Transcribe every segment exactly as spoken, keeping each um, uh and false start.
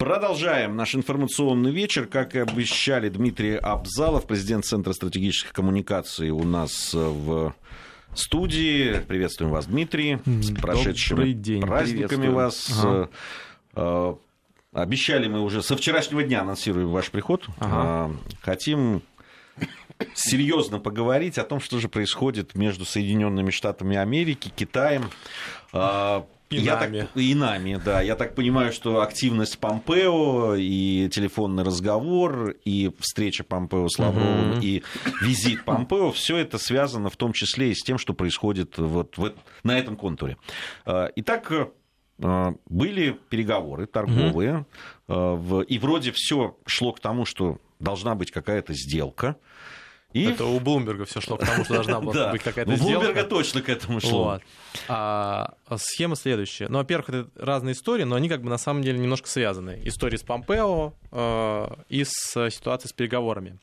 Продолжаем наш информационный вечер. Как и обещали, Дмитрий Абзалов, президент Центра стратегических коммуникаций, у нас в студии. Приветствуем вас, Дмитрий. С прошедшими день. праздниками вас. Ага. Обещали мы уже, со вчерашнего дня анонсируем ваш приход. Ага. Хотим серьезно поговорить о том, что же происходит между Соединенными Штатами Америки, Китаем. И я нами. Так, и нами, да. Я так понимаю, что активность Помпео и телефонный разговор, и встреча Помпео с Лавровым, mm-hmm. и визит Помпео, все это связано в том числе и с тем, что происходит вот в, на этом контуре. Итак, были переговоры торговые, mm-hmm. и вроде все шло к тому, что должна быть какая-то сделка. И... Это у Блумберга все шло к тому, что должна была быть какая-то сделка. У Блумберга точно к этому шло. Вот. А, схема следующая. Ну, во-первых, это разные истории, но они как бы на самом деле немножко связаны. Истории с Помпео э, и с ситуацией с переговорами.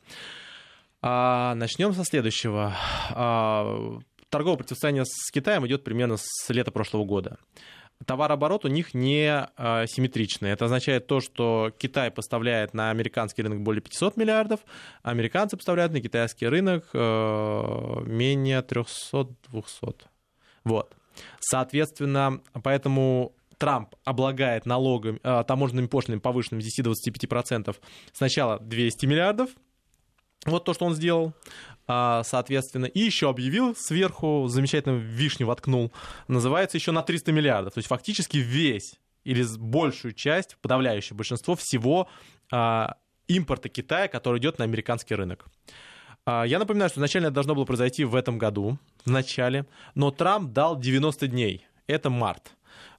А, начнем со следующего. А, торговое противостояние с Китаем идет примерно с лета прошлого года. Товарооборот у них не э, симметричный. Это означает то, что Китай поставляет на американский рынок более пятьсот миллиардов, а американцы поставляют на китайский рынок э, менее триста-двести. Вот. Соответственно, поэтому Трамп облагает налогами, э, таможенными пошлинами повышенными с десяти до двадцати пяти процентов сначала двести миллиардов. Вот то, что он сделал, соответственно, и еще объявил сверху, замечательно вишню воткнул, называется еще на триста миллиардов. То есть фактически весь или большую часть, подавляющее большинство всего импорта Китая, который идет на американский рынок. Я напоминаю, что изначально это должно было произойти в этом году, в начале, но Трамп дал девяносто дней, это март,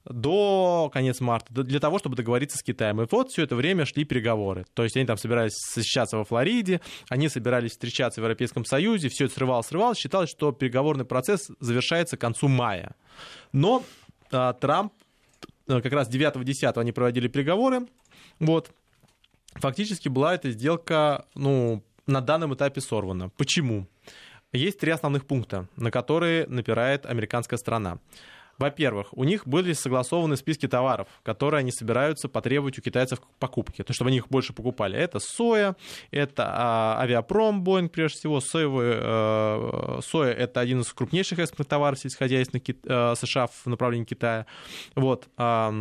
до конца марта, для того, чтобы договориться с Китаем. И вот все это время шли переговоры. То есть они там собирались встречаться во Флориде, они собирались встречаться в Европейском Союзе, все это срывалось, срывалось. Считалось, что переговорный процесс завершается к концу мая. Но а, Трамп, как раз девятого-десятого они проводили переговоры. Вот. Фактически была эта сделка, ну, на данном этапе сорвана. Почему? Есть три основных пункта, на которые напирает американская сторона. Во-первых, у них были согласованы списки товаров, которые они собираются потребовать у китайцев к покупке, то, чтобы они их больше покупали. Это соя, это а, авиапром, Боинг, прежде всего, соевый, а, соя — это один из крупнейших экспортных товаров сельскохозяйственных а, США в направлении Китая. Вот. А,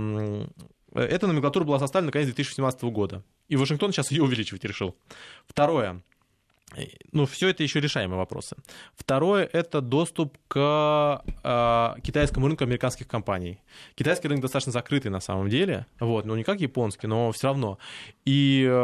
эта номенклатура была составлена на конец две тысячи семнадцатого года, и Вашингтон сейчас ее увеличивать решил. Второе. Ну, все это еще решаемые вопросы. Второе — это доступ к э, китайскому рынку американских компаний. Китайский рынок достаточно закрытый на самом деле, вот, ну не как японский, но все равно. И э,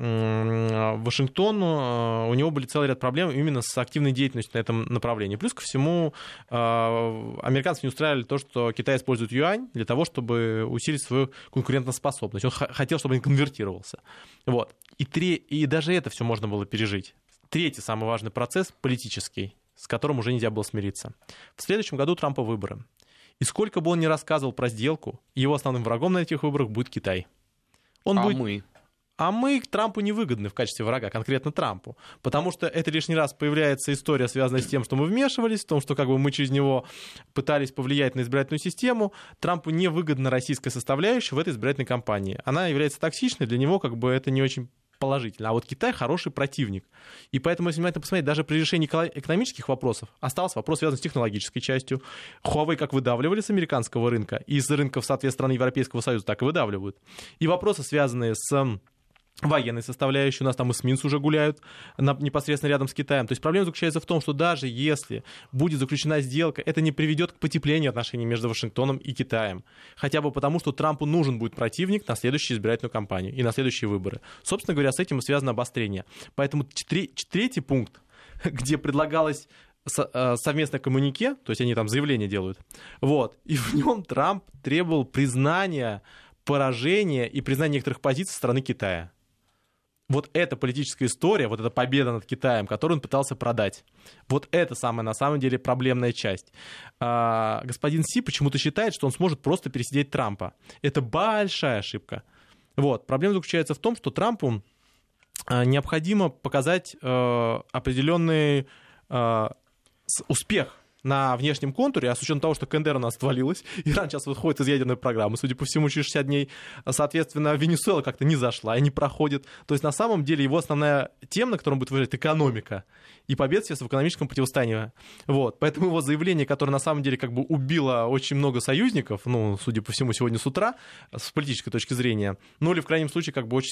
э, Вашингтон, э, у него были целый ряд проблем именно с активной деятельностью на этом направлении. Плюс ко всему, э, американцы не устраивали то, что Китай использует юань для того, чтобы усилить свою конкурентоспособность. Он х- хотел, чтобы он конвертировался. Вот. И, три, и даже это все можно было пережить. Третий самый важный процесс — политический, с которым уже нельзя было смириться. В следующем году у Трампа выборы. И сколько бы он ни рассказывал про сделку, его основным врагом на этих выборах будет Китай. Он а будет... мы? А мы Трампу невыгодны в качестве врага, конкретно Трампу. Потому что это лишний раз появляется история, связанная с тем, что мы вмешивались, в том, что как бы мы через него пытались повлиять на избирательную систему. Трампу невыгодна российская составляющая в этой избирательной кампании. Она является токсичной, для него как бы это не очень положительно. А вот Китай хороший противник. И поэтому, если внимательно посмотреть, даже при решении экономических вопросов остался вопрос, связанный с технологической частью. Huawei как выдавливали с американского рынка, и из рынков, соответственно, стран Европейского Союза так и выдавливают. И вопросы, связанные с военной составляющей, у нас там эсминцы уже гуляют непосредственно рядом с Китаем. То есть проблема заключается в том, что даже если будет заключена сделка, это не приведет к потеплению отношений между Вашингтоном и Китаем. Хотя бы потому, что Трампу нужен будет противник на следующую избирательную кампанию и на следующие выборы. Собственно говоря, с этим и связано обострение. Поэтому третий пункт, где предлагалось совместное коммюнике, то есть они там заявление делают, вот, и в нем Трамп требовал признания поражения и признания некоторых позиций со стороны Китая. Вот эта политическая история, вот эта победа над Китаем, которую он пытался продать, вот это самая, на самом деле, проблемная часть. А, господин Си почему-то считает, что он сможет просто пересидеть Трампа. Это большая ошибка. Вот. Проблема заключается в том, что Трампу а, необходимо показать а, определенный а, успех на внешнем контуре, а с учетом того, что КНДР у нас отвалилась, Иран сейчас выходит из ядерной программы, судя по всему, через шестьдесят дней, соответственно, Венесуэла как-то не зашла и не проходит. То есть, на самом деле, его основная тема, на которой он будет выражать, экономика и победа в экономическом противостоянии. Вот. Поэтому его заявление, которое, на самом деле, как бы убило очень много союзников, ну, судя по всему, сегодня с утра, с политической точки зрения, ну, или, в крайнем случае, как бы очень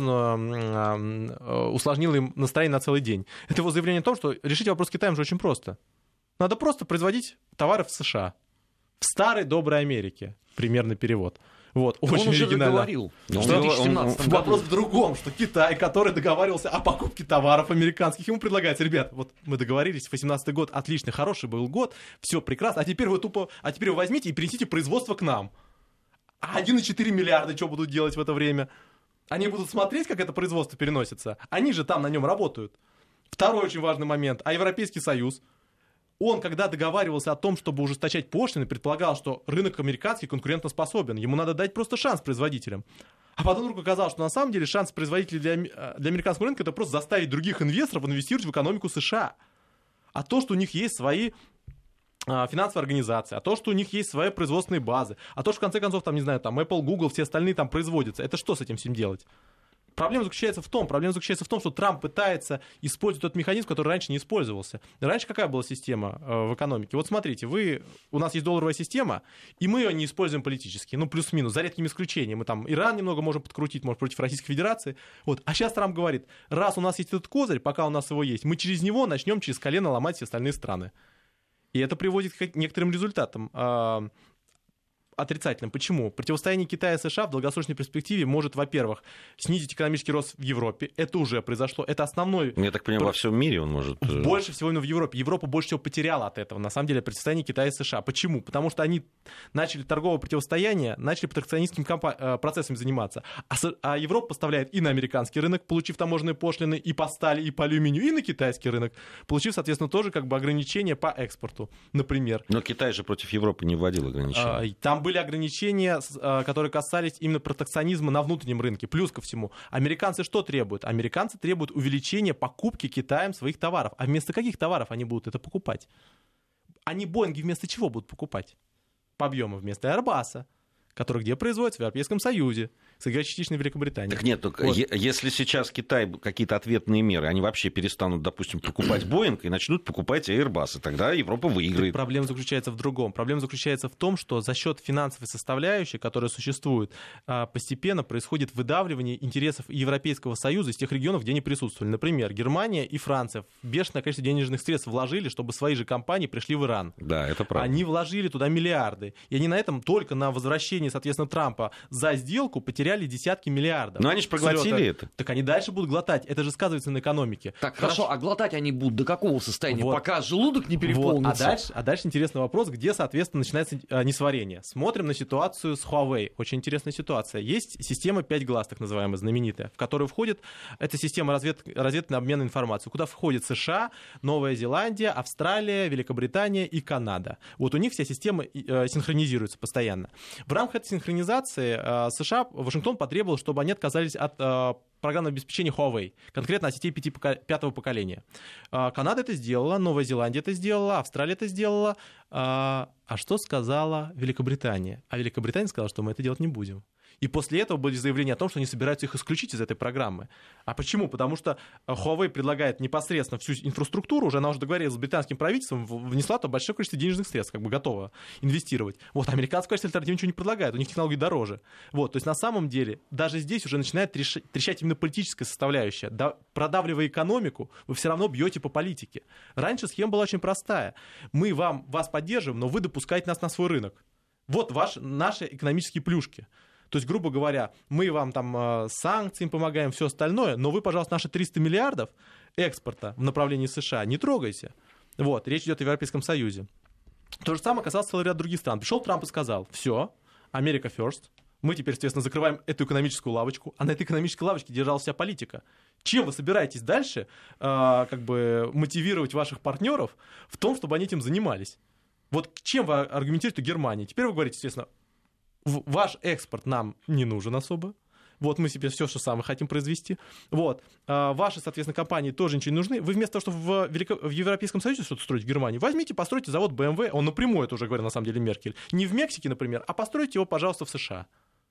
серьезно усложнило им настроение на целый день. Это его заявление о том, что решить вопрос с Китаем же очень просто. Надо просто производить товары в США. В старой доброй Америке. Примерный перевод. Вот, он очень уже оригинально. договорил. Что? В две тысячи семнадцатом году. Вопрос в другом, что Китай, который договаривался о покупке товаров американских, ему предлагается: ребят, вот мы договорились, восемнадцатый год, отличный, хороший был год, все прекрасно, а теперь вы тупо, а теперь вы возьмите и перенесите производство к нам. А один целых четыре миллиарда что будут делать в это время? Они будут смотреть, как это производство переносится. Они же там на нем работают. Второй очень важный момент. А Европейский Союз? Он, когда договаривался о том, чтобы ужесточать пошлины, предполагал, что рынок американский конкурентоспособен. Ему надо дать просто шанс производителям. А потом вдруг оказалось, что на самом деле шанс производителей для, для американского рынка — это просто заставить других инвесторов инвестировать в экономику США. А то, что у них есть свои а, финансовые организации, а то, что у них есть свои производственные базы, а то, что в конце концов, там, не знаю, там Apple, Google, все остальные там производятся, это что с этим всем делать? Проблема заключается в том, проблема заключается в том, что Трамп пытается использовать тот механизм, который раньше не использовался. Раньше какая была система э, в экономике? Вот смотрите, вы, у нас есть долларовая система, и мы ее не используем политически, ну плюс-минус, за редкими исключениями. Мы там Иран немного можем подкрутить, может, против Российской Федерации. Вот. А сейчас Трамп говорит: раз у нас есть этот козырь, пока у нас его есть, мы через него начнем через колено ломать все остальные страны. И это приводит к некоторым результатам. Отрицательным. Почему? Противостояние Китая и США в долгосрочной перспективе может, во-первых, снизить экономический рост в Европе. Это уже произошло. Это основной... Я так понимаю, во всем мире он может... Больше всего именно в Европе. Европа больше всего потеряла от этого, на самом деле, противостояние Китая и США. Почему? Потому что они начали торговое противостояние, начали протекционистскими компа- процессами заниматься. А, С... а Европа поставляет и на американский рынок, получив таможенные пошлины и по стали, и по алюминию, и на китайский рынок, получив, соответственно, тоже как бы ограничения по экспорту, например. Но Китай же против Европы не вводил ограничения. Там были ограничения, которые касались именно протекционизма на внутреннем рынке. Плюс ко всему, американцы что требуют? Американцы требуют увеличения покупки Китаем своих товаров. А вместо каких товаров они будут это покупать? Они Боинги вместо чего будут покупать? По объему вместо Airbus, который где производится? В Европейском Союзе, сосредоточенной в Великобритании. Так нет, только вот. е- если сейчас Китай какие-то ответные меры, они вообще перестанут, допустим, покупать Боинг и начнут покупать Airbus, и тогда Европа выиграет. Так проблема заключается в другом. Проблема заключается в том, что за счет финансовой составляющей, которая существует, постепенно происходит выдавливание интересов Европейского Союза из тех регионов, где они присутствовали. Например, Германия и Франция в бешеное количество денежных средств вложили, чтобы свои же компании пришли в Иран. Да, это правда. Они вложили туда миллиарды. И они на этом только на возвращении, соответственно, Трампа за сделку потеряли десятки миллиардов. Но они же проглотили Слёта. это. Так они дальше будут глотать. Это же сказывается на экономике. Так, хорошо, хорошо, а глотать они будут до какого состояния? Вот. Пока желудок не переполнится. Вот. А, дальше, а дальше интересный вопрос, где, соответственно, начинается а, несварение. Смотрим на ситуацию с Huawei. Очень интересная ситуация. Есть система пять глаз, так называемая, знаменитая, в которую входит, это система развед... разведки обмена информацией, куда входит США, Новая Зеландия, Австралия, Великобритания и Канада. Вот у них вся система э, синхронизируется постоянно. В рамках этой синхронизации э, США, Вашингтон потребовал, чтобы они отказались от э, программного обеспечения Huawei, конкретно от сетей пяти, пятого поколения. Э, Канада это сделала, Новая Зеландия это сделала, Австралия это сделала. Э, а что сказала Великобритания? А Великобритания сказала, что мы это делать не будем. И после этого были заявления о том, что они собираются их исключить из этой программы. А почему? Потому что Huawei предлагает непосредственно всю инфраструктуру, уже она уже договорилась с британским правительством, внесла то большое количество денежных средств, как бы готова инвестировать. Вот, американцы, конечно, альтернативы ничего не предлагают, у них технологии дороже. Вот, то есть на самом деле даже здесь уже начинает трещать, трещать именно политическая составляющая. Да, продавливая экономику, вы все равно бьете по политике. Раньше схема была очень простая. Мы вам, вас поддерживаем, но вы допускаете нас на свой рынок. Вот ваш, наши экономические плюшки. То есть, грубо говоря, мы вам там санкциями помогаем, все остальное, но вы, пожалуйста, наши триста миллиардов экспорта в направлении США не трогайте. Вот, речь идет о Европейском Союзе. То же самое касалось целый ряд других стран. Пришел Трамп и сказал: все, Америка first. Мы теперь, соответственно, закрываем эту экономическую лавочку, а на этой экономической лавочке держалась вся политика. Чем вы собираетесь дальше э, как бы мотивировать ваших партнеров в том, чтобы они этим занимались? Вот чем вы аргументируете Германии? Теперь вы говорите, естественно, ваш экспорт нам не нужен особо, Вот мы себе все, что самое хотим произвести. Вот. А ваши, соответственно, компании тоже ничего не нужны. Вы вместо того, чтобы в, Велико... в Европейском Союзе что-то строить в Германии, возьмите, постройте завод бэ эм вэ, он напрямую это уже говорит, на самом деле, Меркель. Не в Мексике, например, а постройте его, пожалуйста, в США.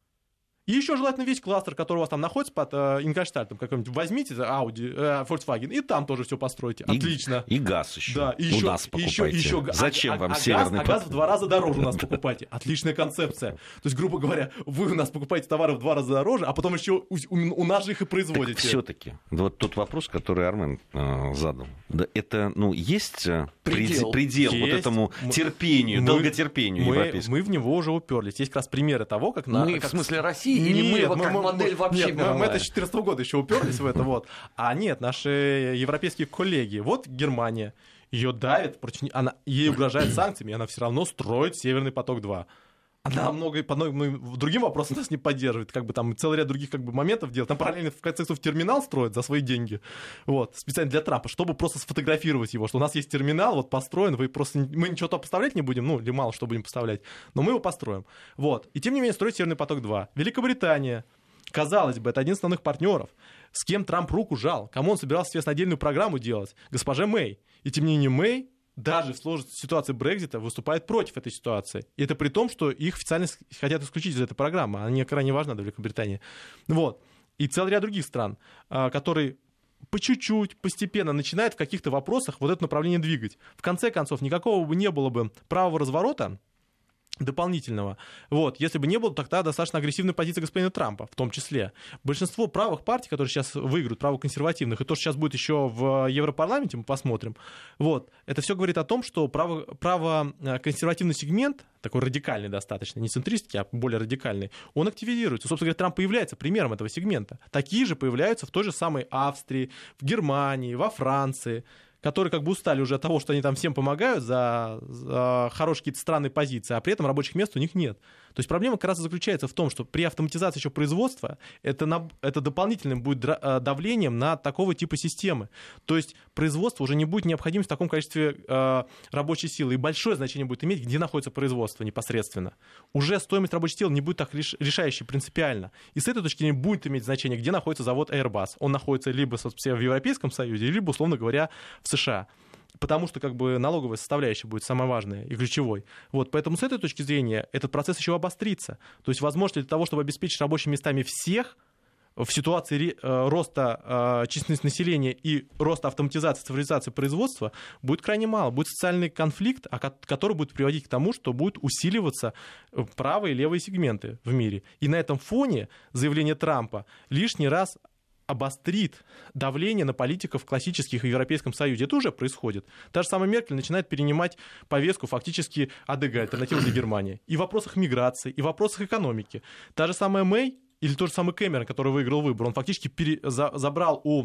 И еще желательно весь кластер, который у вас там находится под э, Ингольштадтом какой-нибудь, возьмите Audi, э, Volkswagen, и там тоже все постройте. Отлично. И, и газ еще. Да, и у еще, нас покупайте. Еще, еще, Зачем а, вам а, северный а газ, а газ в два раза дороже у нас покупайте. Отличная концепция. То есть, грубо говоря, вы у нас покупаете товары в два раза дороже, а потом еще у, у нас же их и производите. Все-таки, вот тот вопрос, который Армен э, задал, да, это, ну, есть предел, предел есть. Вот этому терпению, мы, долготерпению мы, европейскому? Мы в него уже уперлись. Есть как раз примеры того, как... Мы, на, как... в смысле, России? Нет, или мы, мы, как мы, модель вообще нет, мы, мы это с две тысячи четырнадцатого года еще уперлись в это, вот. А нет, наши европейские коллеги, вот Германия, ее давит, против... она, ей угрожает санкциями, и она все равно строит Северный поток-два. Она много, по многим другим вопросам нас не поддерживает, как бы там целый ряд других как бы моментов делает. Там параллельно в конце концов терминал строит за свои деньги, вот, специально для Трампа, чтобы просто сфотографировать его, что у нас есть терминал, вот построен, вы просто мы ничего там поставлять не будем, ну или мало что будем поставлять, но мы его построим, вот. И тем не менее строит Северный поток-два. Великобритания, казалось бы, это один из основных партнеров, с кем Трамп руку жал, кому он собирался, естественно, отдельную программу делать, госпоже Мэй. И тем не менее Мэй даже в сложной ситуации Брексита выступает против этой ситуации. И это при том, что их официально хотят исключить из этой программы. Она крайне важна для Великобритании. Вот. И целый ряд других стран, которые по чуть-чуть, постепенно начинают в каких-то вопросах вот это направление двигать. В конце концов, никакого бы не было бы правого разворота дополнительного, вот, если бы не было тогда достаточно агрессивной позиции господина Трампа, в том числе. Большинство правых партий, которые сейчас выиграют, правоконсервативных, и то, что сейчас будет еще в Европарламенте, мы посмотрим, вот, это все говорит о том, что право, правоконсервативный сегмент, такой радикальный достаточно, не центристский, а более радикальный, он активизируется. Собственно говоря, Трамп появляется примером этого сегмента. Такие же появляются в той же самой Австрии, в Германии, во Франции, которые как бы устали уже от того, что они там всем помогают за, за хорошие какие-то странные позиции, а при этом рабочих мест у них нет. То есть проблема как раз и заключается в том, что при автоматизации еще производства это, на, это дополнительным будет давлением на такого типа системы. То есть производство уже не будет необходимо в таком количестве э, рабочей силы. И большое значение будет иметь, где находится производство непосредственно. Уже стоимость рабочей силы не будет так реш, решающей принципиально. И с этой точки зрения будет иметь значение, где находится завод Airbus. Он находится либо собственно, в Европейском Союзе, либо, условно говоря, в США. Потому что как бы налоговая составляющая будет самая важная и ключевой. Вот, поэтому с этой точки зрения этот процесс еще обострится. То есть возможно для того, чтобы обеспечить рабочими местами всех в ситуации э, роста э, численности населения и роста автоматизации, цифровизации производства будет крайне мало. Будет социальный конфликт, который будет приводить к тому, что будут усиливаться правые и левые сегменты в мире. И на этом фоне заявление Трампа лишний раз обострит давление на политиков классических в Европейском Союзе. Это уже происходит. Та же самая Меркель начинает перенимать повестку фактически АДГ, альтернатива для Германии. И в вопросах миграции, и в вопросах экономики. Та же самая Мэй, или тот же самый Кэмерон, который выиграл выбор, он фактически пере... за... забрал у,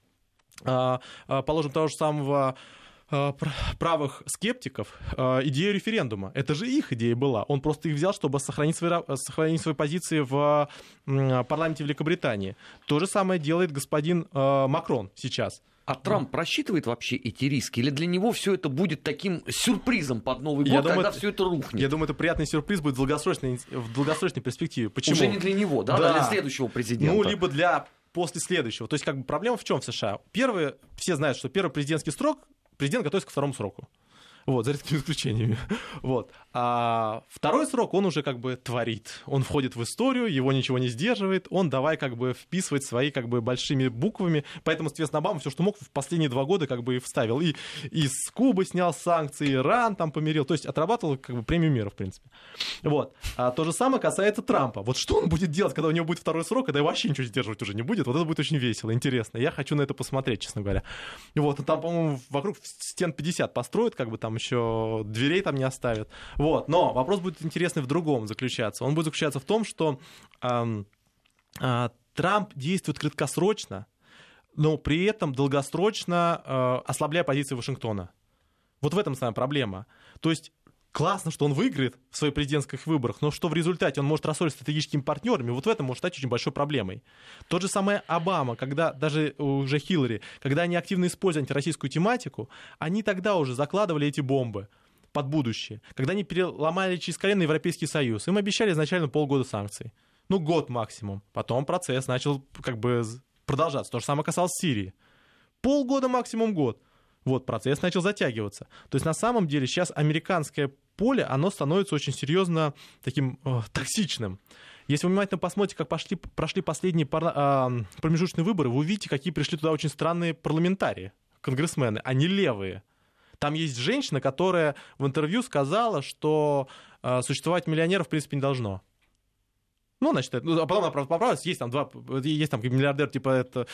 а, а, положим, того же самого правых скептиков идею референдума. Это же их идея была. Он просто их взял, чтобы сохранить свои, сохранить свои позиции в парламенте Великобритании. То же самое делает господин Макрон сейчас. А Трамп просчитывает вообще эти риски? Или для него все это будет таким сюрпризом под Новый год, я когда думаю, все это рухнет? Я думаю, это приятный сюрприз будет в долгосрочной, в долгосрочной перспективе. Почему? Уже не для него, да? Да. Для следующего президента. Ну, либо для после следующего. То есть, как бы проблема в чем в США? Первый, все знают, что первый президентский срок президент готовится к второму сроку. Вот, за редкими исключениями. Вот. А второй срок он уже как бы творит. Он входит в историю, его ничего не сдерживает, он давай как бы вписывать свои как бы большими буквами. Поэтому, соответственно, Обама все, что мог, в последние два года как бы и вставил. И из Кубы снял санкции, Иран там помирил. То есть отрабатывал как бы премию мира, в принципе. Вот. А то же самое касается Трампа. Вот что он будет делать, когда у него будет второй срок, когда вообще ничего сдерживать уже не будет. Вот это будет очень весело, интересно. Я хочу на это посмотреть, честно говоря. Вот. Там, по-моему, вокруг стен пятьдесят построят, как бы там еще дверей там не оставят. Вот. Но вопрос будет интересный в другом заключаться. Он будет заключаться в том, что э, э, Трамп действует краткосрочно, но при этом долгосрочно э, ослабляя позиции Вашингтона. Вот в этом самая проблема. То есть классно, что он выиграет в своих президентских выборах, но что в результате он может рассориться с стратегическими партнерами, вот в этом может стать очень большой проблемой. Тот же самый Обама, когда даже уже Хиллари, когда они активно использовали антироссийскую тематику, они тогда уже закладывали эти бомбы под будущее. Когда они переломали через колено Европейский Союз, им обещали изначально полгода санкций. Ну, год максимум. Потом процесс начал как бы продолжаться. То же самое касалось Сирии. Полгода максимум год. Вот, процесс начал затягиваться. То есть на самом деле сейчас американское поле, оно становится очень серьезно таким э, токсичным. Если вы внимательно посмотрите, как пошли, прошли последние пар, э, промежуточные выборы, вы увидите, какие пришли туда очень странные парламентарии, конгрессмены. Они левые. Там есть женщина, которая в интервью сказала, что э, существовать миллионеров в принципе не должно. Ну, значит, это, ну, а потом она правда поправилась, есть там два, есть там миллиардер, типа, это,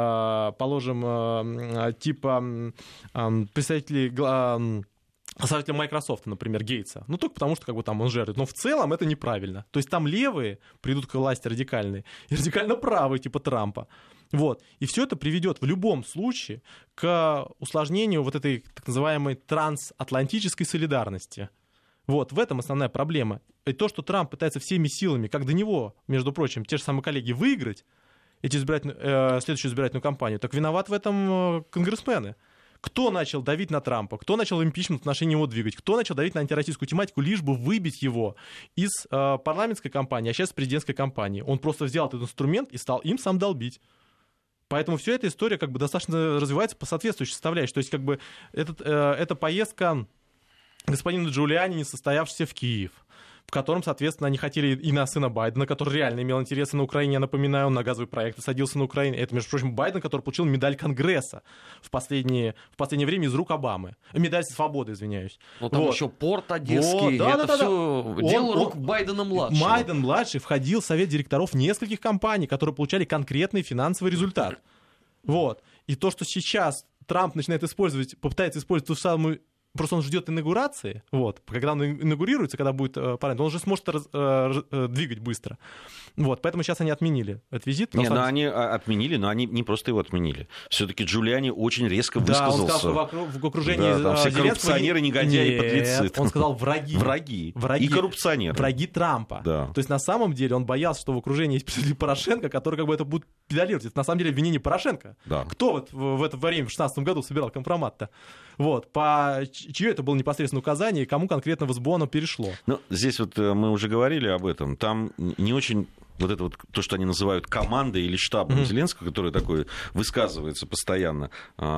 э, положим, э, типа э, представителей, э, представителя Microsoft, например, Гейтса. Ну, только потому, что как бы там он жертвует. Но в целом это неправильно. То есть там левые придут к власти радикальные, и радикально правые, типа Трампа. Вот. И все это приведет в любом случае к усложнению вот этой так называемой трансатлантической солидарности. Вот, в этом основная проблема. И то, что Трамп пытается всеми силами, как до него, между прочим, те же самые коллеги, выиграть эти избирательные, э, следующую избирательную кампанию, так виноват в этом э, конгрессмены. Кто начал давить на Трампа? Кто начал импичмент в отношении него двигать? Кто начал давить на антироссийскую тематику, лишь бы выбить его из э, парламентской кампании, а сейчас президентской кампании? Он просто взял этот инструмент и стал им сам долбить. Поэтому вся эта история как бы достаточно развивается по соответствующей составляющей. То есть как бы этот, э, эта поездка господина Джулиани, не состоявшийся в Киев, в котором, соответственно, они хотели и на сына Байдена, который реально имел интересы на Украине, я напоминаю, он на газовый проект садился на Украине. Это, между прочим, Байден, который получил медаль Конгресса в последнее, в последнее время из рук Обамы. Медаль свободы, извиняюсь. Ну, там вот. еще порт одесский, вот, да, это да, все да. дело он, рук он, Байдена-младшего. Байден-младший входил в совет директоров нескольких компаний, которые получали конкретный финансовый результат. Вот. И то, что сейчас Трамп начинает использовать, попытается использовать ту самую... Просто он ждет инаугурации, вот, когда он инаугурируется, когда будет э, парламент, он уже сможет раз, э, э, двигать быстро. Вот, поэтому сейчас они отменили этот визит. Не, но но они отменили, но они не просто его отменили. Все-таки Джулиани очень резко высказался. Да, он сказал, что вокруг, в окружении да, там все коррупционеры, негодяи, Нет, подлецы. Он сказал враги. Враги. Враги. И коррупционеры. Враги Трампа. Да. То есть на самом деле он боялся, что в окружении есть представитель Порошенко, который как бы это будет педалировать. Это на самом деле обвинение Порошенко. Да. Кто вот в, в это время, в шестнадцатом году собирал компромат-то? Вот, по чье это было непосредственно указание и кому конкретно в СБУ оно перешло? Ну, здесь вот мы уже говорили об этом. Там не очень... Вот это вот то, что они называют командой или штабом mm-hmm. Зеленского, который такой высказывается постоянно,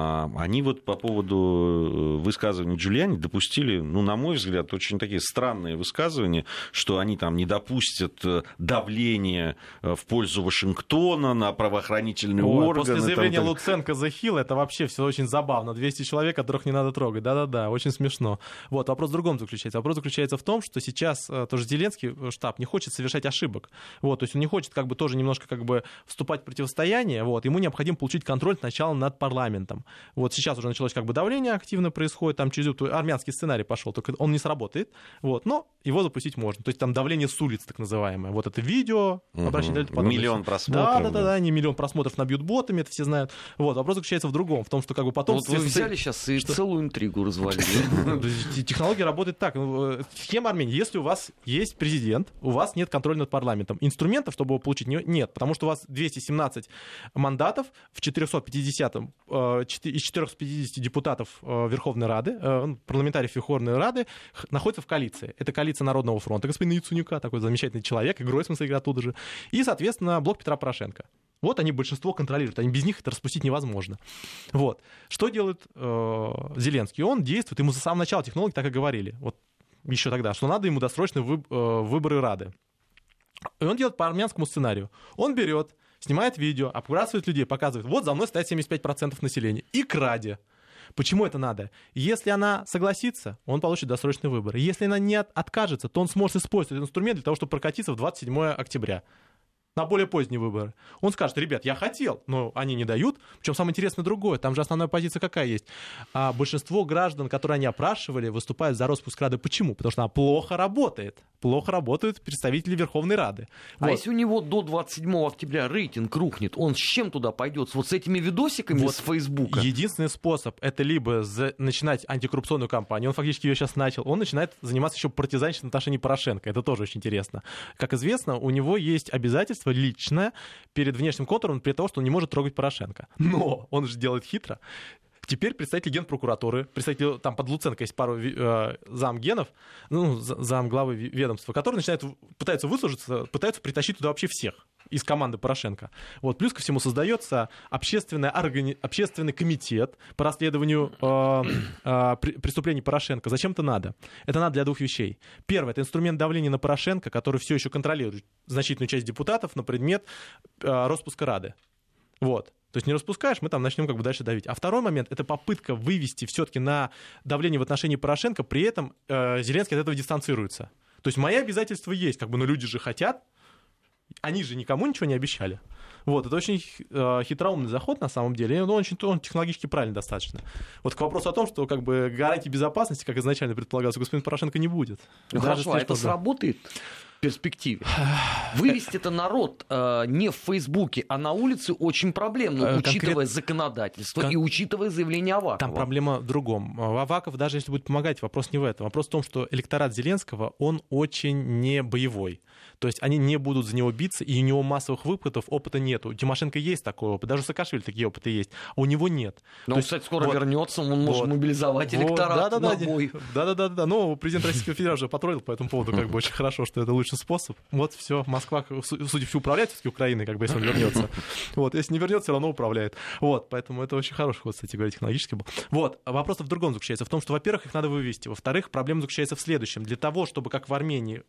они вот по поводу высказываний Джулиани допустили, ну, на мой взгляд, очень такие странные высказывания, что они там не допустят давления в пользу Вашингтона на правоохранительные Ой, органы. После заявления там, Луценко The Hill это вообще все очень забавно. двести человек, которых не надо трогать. Да-да-да, очень смешно. Вот, вопрос в другом заключается. Вопрос заключается в том, что сейчас тоже Зеленский штаб не хочет совершать ошибок. Вот, то есть он не хочет как бы тоже немножко как бы вступать в противостояние, вот, ему необходимо получить контроль сначала над парламентом. Вот сейчас уже началось как бы давление активно происходит, там через армянский сценарий пошел, только он не сработает, вот, но его запустить можно. То есть там давление с улиц, так называемое. Вот это видео, угу. обращение миллион просмотров. Да, да, да, да, не миллион просмотров набьют ботами, это все знают. Вот, вопрос заключается в другом, в том, что как бы потом... Вот вы взяли сейчас и что... целую интригу развалили. Технология работает так. Схема Армении. Если у вас есть президент, у вас нет контроля над парламентом. Инструментов, чтобы его получить, нет, потому что у вас двести семнадцать мандатов в четырехсот пятидесятом, из четырехсот пятидесяти депутатов Верховной Рады, парламентариев Верховной Рады находятся в коалиции. Это коалиция Народного фронта, господина Яценюка, такой замечательный человек, и Гройсман играет оттуда же, и, соответственно, блок Петра Порошенко. Вот они большинство контролируют, они без них это распустить невозможно. Вот. Что делает э, Зеленский? Он действует, ему с самого начала технологи так и говорили, вот еще тогда, что надо ему досрочные вы, э, выборы Рады. И он делает по армянскому сценарию. Он берет, снимает видео, обкурасывает людей, показывает, вот за мной стоит семьдесят пять процентов населения. И к Раде. Почему это надо? Если она согласится, он получит досрочные выборы. Если она не откажется, то он сможет использовать этот инструмент для того, чтобы прокатиться в двадцать седьмое октября. На более поздние выборы. Он скажет, ребят, я хотел, но они не дают. Причем самое интересное другое, там же основная позиция какая есть. А большинство граждан, которые они опрашивали, выступают за распуск Рады. Почему? Потому что она плохо работает. Плохо работают представители Верховной Рады. А вот. Если у него до двадцать седьмого октября рейтинг рухнет, он с чем туда пойдет? Вот с этими видосиками вот с Фейсбука? Единственный способ — это либо за... начинать антикоррупционную кампанию, он фактически ее сейчас начал, он начинает заниматься еще партизанщиной в отношении Порошенко. Это тоже очень интересно. Как известно, у него есть обязательство личное перед внешним контуром, при том, что он не может трогать Порошенко. Но он же делает хитро. Теперь представитель Генпрокуратуры, представитель, там под Луценко есть пару э, замгенов, ну, замглавы ведомства, которые начинают, пытаются выслужиться, пытаются притащить туда вообще всех из команды Порошенко. Вот. Плюс ко всему создается общественный, органи... общественный комитет по расследованию э, э, преступлений Порошенко. Зачем это надо? Это надо для двух вещей. Первое, это инструмент давления на Порошенко, который все еще контролирует значительную часть депутатов на предмет э, распуска Рады. Вот. То есть не распускаешь, мы там начнем как бы дальше давить. А второй момент — это попытка вывести все-таки на давление в отношении Порошенко, при этом э, Зеленский от этого дистанцируется. То есть мои обязательства есть, как бы, но люди же хотят, они же никому ничего не обещали. Вот, это очень э, хитроумный заход на самом деле, и он очень он технологически правильный достаточно. Вот к вопросу о том, что как бы гарантий безопасности, как изначально предполагалось, у господина Порошенко не будет. Ну хорошо, а это сработает в перспективе? Вывести это народ э, не в Фейсбуке, а на улице очень проблемно, учитывая Конкрет... законодательство Кон... и учитывая заявление Авакова. Там проблема в другом. Аваков, даже если будет помогать, вопрос не в этом. Вопрос в том, что электорат Зеленского, он очень не боевой. То есть они не будут за него биться, и у него массовых выпадов опыта нету. У Тимошенко есть такой опыт, даже у Саакашвили такие опыты есть, а у него нет. Но он, есть, кстати, скоро вот, вернется, он может вот, мобилизовать электорат вот, да, на бой. Да-да-да, но президент Российской Федерации уже потроллил по этому поводу, как бы очень хорошо, что это лучший способ. Вот все, Москва, судя по всему, управляет все-таки Украиной, как бы, если он вернется. Вот, если не вернется, все равно управляет. Вот, поэтому это очень хороший ход, кстати говоря, технологически был. Вот, вопрос в другом заключается, в том, что, во-первых, их надо вывести, во-вторых, проблема заключается в следующем. Для того, чтобы, как в Армении,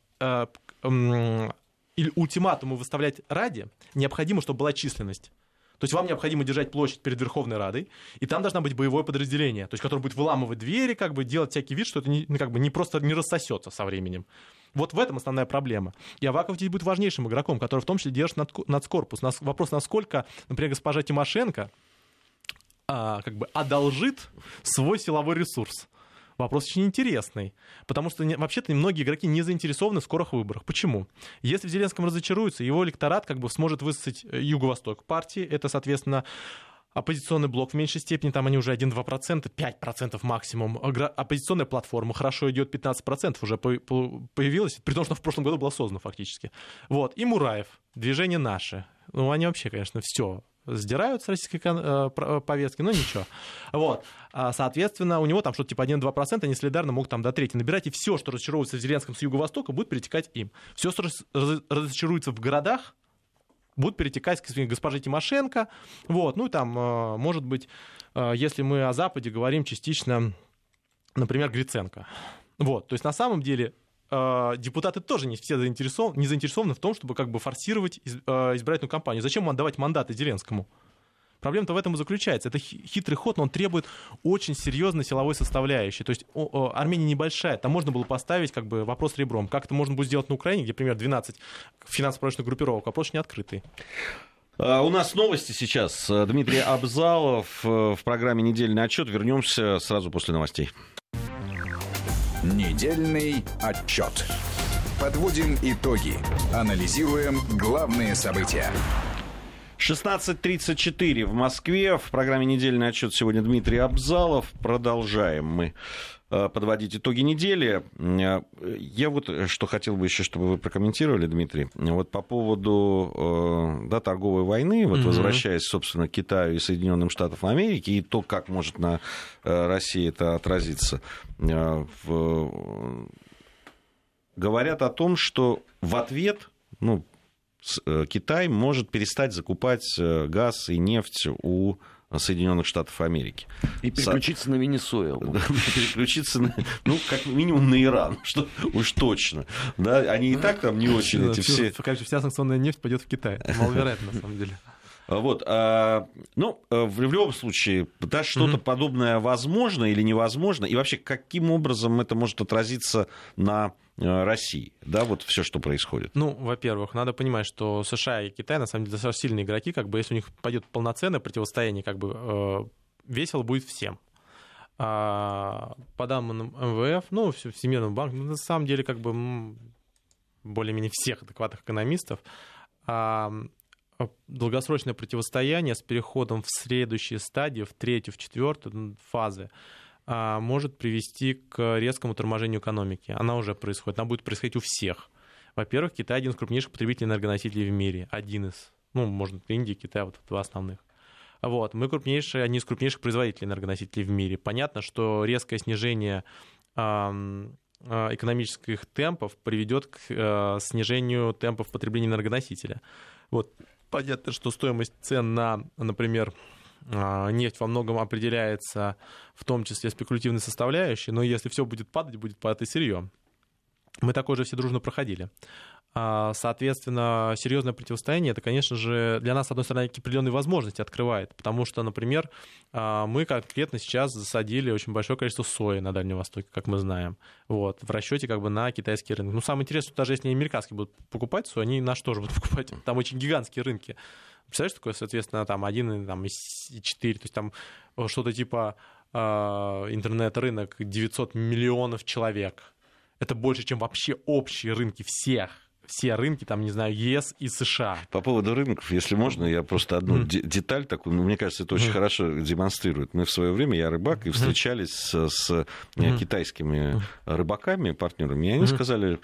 или ультиматумы выставлять Раде, необходимо, чтобы была численность. То есть вам необходимо держать площадь перед Верховной Радой, и там должна быть боевое подразделение, то есть которое будет выламывать двери, как бы делать всякий вид, что это не, как бы не просто не рассосется со временем. Вот в этом основная проблема. И Аваков здесь будет важнейшим игроком, который в том числе держит над, нацкорпус. Вопрос, насколько, например, госпожа Тимошенко а, как бы одолжит свой силовой ресурс. Вопрос очень интересный, потому что вообще-то многие игроки не заинтересованы в скорых выборах. Почему? Если в Зеленском разочаруется, его электорат как бы сможет высосать Юго-Восток партии, это, соответственно, оппозиционный блок в меньшей степени, там они уже один-два процента, пять процентов максимум. Оппозиционная платформа хорошо идет, пятнадцать процентов уже появилась, при том, что в прошлом году была создана фактически. Вот. И Мураев, движение «Наше». Ну, они вообще, конечно, все сдирают с российской повестки, но ничего. Вот. Соответственно, у него там что-то типа один-два процента, они солидарно могут там до трети набирать, и все, что разочаровывается в Зеленском с юго-востока, будет перетекать им. Все, что разочаруется в городах, будут перетекать к госпоже Тимошенко. Вот. Ну и там, может быть, если мы о Западе говорим частично, например, Гриценко. Вот. То есть на самом деле депутаты тоже не все заинтересованы, не заинтересованы в том, чтобы как бы форсировать избирательную кампанию. Зачем отдавать мандаты Зеленскому? Проблема-то в этом и заключается. Это хитрый ход, но он требует очень серьезной силовой составляющей. То есть о, о, Армения небольшая, там можно было поставить как бы вопрос ребром. Как это можно будет сделать на Украине, где, например, двенадцать финансово-промышленных группировок, вопрос не открытый. У нас новости сейчас. Дмитрий Абзалов в программе «Недельный отчет». Вернемся сразу после новостей. Недельный отчет. Подводим итоги. Анализируем главные события. шестнадцать тридцать четыре в Москве. В программе «Недельный отчет» сегодня Дмитрий Абзалов. Продолжаем мы подводить итоги недели. Я вот что хотел бы еще, чтобы вы прокомментировали, Дмитрий. Вот по поводу да, торговой войны, вот, mm-hmm. возвращаясь, собственно, к Китаю и Соединенным Штатам Америки, и то, как может на России это отразиться. В... Говорят о том, что в ответ ну, Китай может перестать закупать газ и нефть у Соединенных Штатов Америки. И переключиться Со... на Венесуэлу. Да, переключиться, на, ну, как минимум, на Иран, что уж точно. Да, они и так там не очень эти все... Конечно, вся санкционная нефть пойдет в Китай. Маловероятно, на самом деле. Вот, а, ну, в любом случае, да, что-то mm-hmm. подобное возможно или невозможно, и вообще, каким образом это может отразиться на России, да, вот все, что происходит? Ну, во-первых, надо понимать, что США и Китай, на самом деле, достаточно сильные игроки, как бы, если у них пойдет полноценное противостояние, как бы, э, весело будет всем. А, по данным эм вэ эф, ну, Всемирного банка, на самом деле, как бы, более-менее всех адекватных экономистов, а, долгосрочное противостояние с переходом в следующие стадии, в третью, в четвертую фазы, может привести к резкому торможению экономики. Она уже происходит, она будет происходить у всех. Во-первых, Китай один из крупнейших потребителей энергоносителей в мире. Один из. Ну, может, Индия, Китай, вот два основных. Вот. Мы крупнейшие, одни из крупнейших производителей энергоносителей в мире. Понятно, что резкое снижение экономических темпов приведет к снижению темпов потребления энергоносителя. Вот. Понятно, что стоимость цен на, например, нефть во многом определяется в том числе спекулятивной составляющей, но если все будет падать, будет падать и сырье. Мы такое же все дружно проходили. Соответственно, серьезное противостояние, это, конечно же, для нас, с одной стороны, определенные возможности открывает, потому что, например, мы конкретно сейчас засадили очень большое количество сои на Дальнем Востоке, как мы знаем, вот, в расчете как бы на китайский рынок. Ну, самое интересное, что даже если американские будут покупать сою, они наш тоже будут покупать, там очень гигантские рынки. Представляешь, такое, соответственно, там один там, и четыре, то есть там что-то типа э, интернет-рынок девятьсот миллионов человек. Это больше, чем вообще общие рынки всех. Все рынки, там, не знаю, ЕС и США. По поводу рынков, если можно, я просто одну mm. деталь такую, мне кажется, это очень mm. хорошо демонстрирует. Мы в свое время, я рыбак, и встречались с, с mm. китайскими рыбаками, партнерами, и они mm. сказали,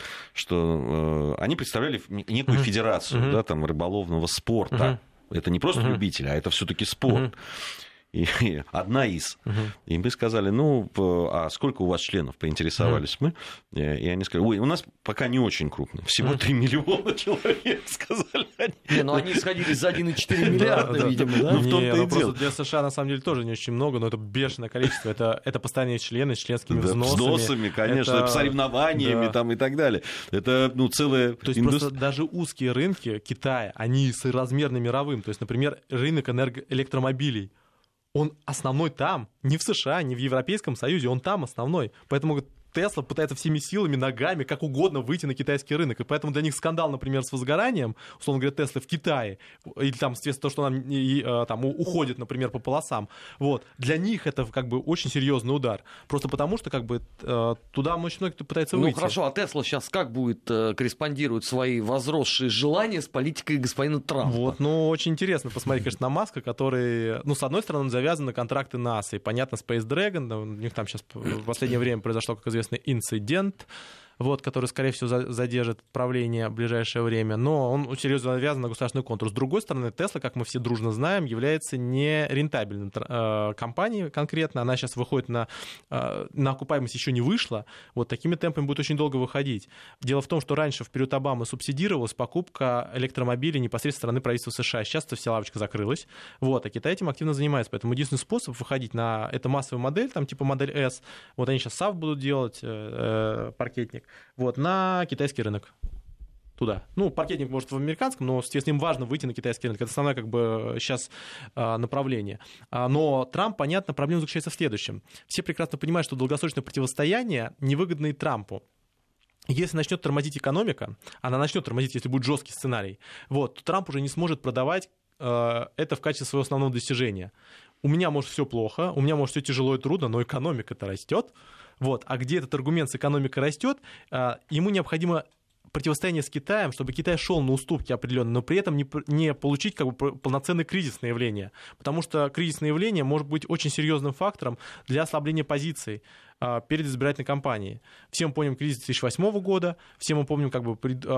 что э, они представляли некую mm. федерацию mm. да, там, рыболовного спорта. Mm. Это не просто mm. любители, а это все-таки спорт. Mm. И, и одна из. Uh-huh. И мы сказали, ну, а сколько у вас членов? Поинтересовались uh-huh. мы. И они сказали, ой, у нас пока не очень крупно. Всего три uh-huh. миллиона человек, сказали они. Не, ну они сходились за один и четыре миллиарда, видимо, да? Ну, в том-то и дело. Для США, на самом деле, тоже не очень много, но это бешеное количество. Это, это постоянные члены с членскими взносами. Взносами, конечно, это... соревнованиями да. там, и так далее. Это, ну, целая... То есть индустри... просто даже узкие рынки Китая, они соразмерны мировым. То есть, например, рынок энерго... электромобилей. Он основной там, не в США, не в Европейском Союзе, он там основной. Поэтому Тесла пытается всеми силами, ногами, как угодно выйти на китайский рынок. И поэтому для них скандал, например, с возгоранием, условно говоря, Теслы в Китае, или там, соответственно, то, что она и, там, уходит, например, по полосам, вот, для них это как бы очень серьезный удар. Просто потому, что как бы туда очень многие кто пытается выйти. Ну хорошо, а Тесла сейчас как будет корреспондировать свои возросшие желания с политикой господина Трампа? Вот, ну, очень интересно посмотреть, конечно, на Маска, который, ну, с одной стороны, он завязан на контракты НАСА, и, понятно, Space Dragon, у них там сейчас в последнее время произошло, как известно, инцидент, вот, который, скорее всего, задержит правление в ближайшее время, но он серьезно завязан на государственный контур. С другой стороны, Тесла, как мы все дружно знаем, является нерентабельной э, компанией конкретно. Она сейчас выходит на, э, на окупаемость, еще не вышла. Вот такими темпами будет очень долго выходить. Дело в том, что раньше, в период Обамы, субсидировалась покупка электромобилей непосредственно со стороны правительства США. Сейчас эта вся лавочка закрылась. Вот, а Китай этим активно занимается. Поэтому единственный способ выходить на... Это массовая модель, там, типа модель S. Вот они сейчас САФ будут делать, э, э, паркетник. Вот, на китайский рынок. Туда. Ну, паркетник может в американском, но, естественно, им важно выйти на китайский рынок. Это основное, как бы, сейчас а, направление. А, но Трамп, понятно, проблема заключается в следующем. Все прекрасно понимают, что долгосрочное противостояние невыгодно и Трампу. Если начнет тормозить экономика, она начнет тормозить, если будет жесткий сценарий, вот, то Трамп уже не сможет продавать э, это в качестве своего основного достижения. У меня, может, все плохо, у меня, может, все тяжело и трудно, но экономика-то растет. Вот. А где этот аргумент с экономикой растет, ему необходимо противостояние с Китаем, чтобы Китай шел на уступки определенные, но при этом не, не получить как бы полноценное кризисное явление. Потому что кризисное явление может быть очень серьезным фактором для ослабления позиций перед избирательной кампанией. Все мы помним кризис две тысячи восьмого года, все мы помним, как бы,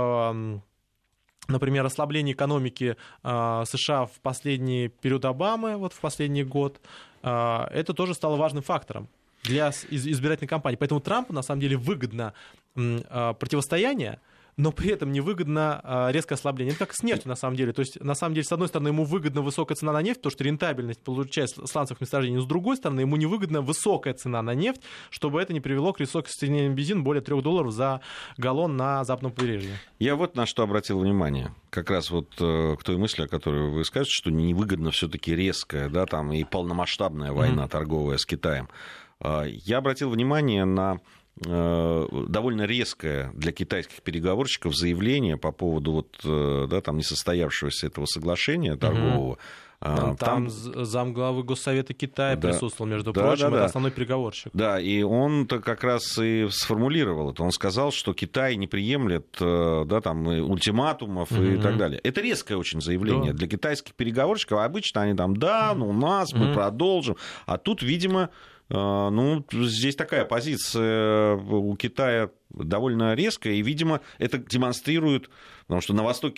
например, ослабление экономики США в последний период Обамы, вот в последний год. Это тоже стало важным фактором для избирательной кампании. Поэтому Трампу, на самом деле, выгодно противостояние, но при этом невыгодно резкое ослабление. Это как с нефтью, на самом деле. То есть, на самом деле, с одной стороны, ему выгодна высокая цена на нефть, потому что рентабельность получается сланцевых месторождений, но с другой стороны, ему невыгодна высокая цена на нефть, чтобы это не привело к высокой цене бензина более трех долларов за галлон на западном побережье. Я вот на что обратил внимание. Как раз вот к той мысли, о которой вы скажете, что невыгодно все-таки резкая, да, там, и полномасштабная война mm-hmm. торговая с Китаем. Я обратил внимание на довольно резкое для китайских переговорщиков заявление по поводу вот, да, там, несостоявшегося этого соглашения торгового. Там, там, там замглавы Госсовета Китая да, присутствовал, между да, прочим, да, это да. основной переговорщик. Да, и он-то как раз и сформулировал это. Он сказал, что Китай не приемлет да, там, ультиматумов mm-hmm. и так далее. Это резкое очень заявление да. для китайских переговорщиков. Обычно они там, да, ну у нас, мы mm-hmm. продолжим. А тут, видимо... Ну, здесь такая позиция у Китая довольно резкая, и, видимо, это демонстрирует, потому что на Востоке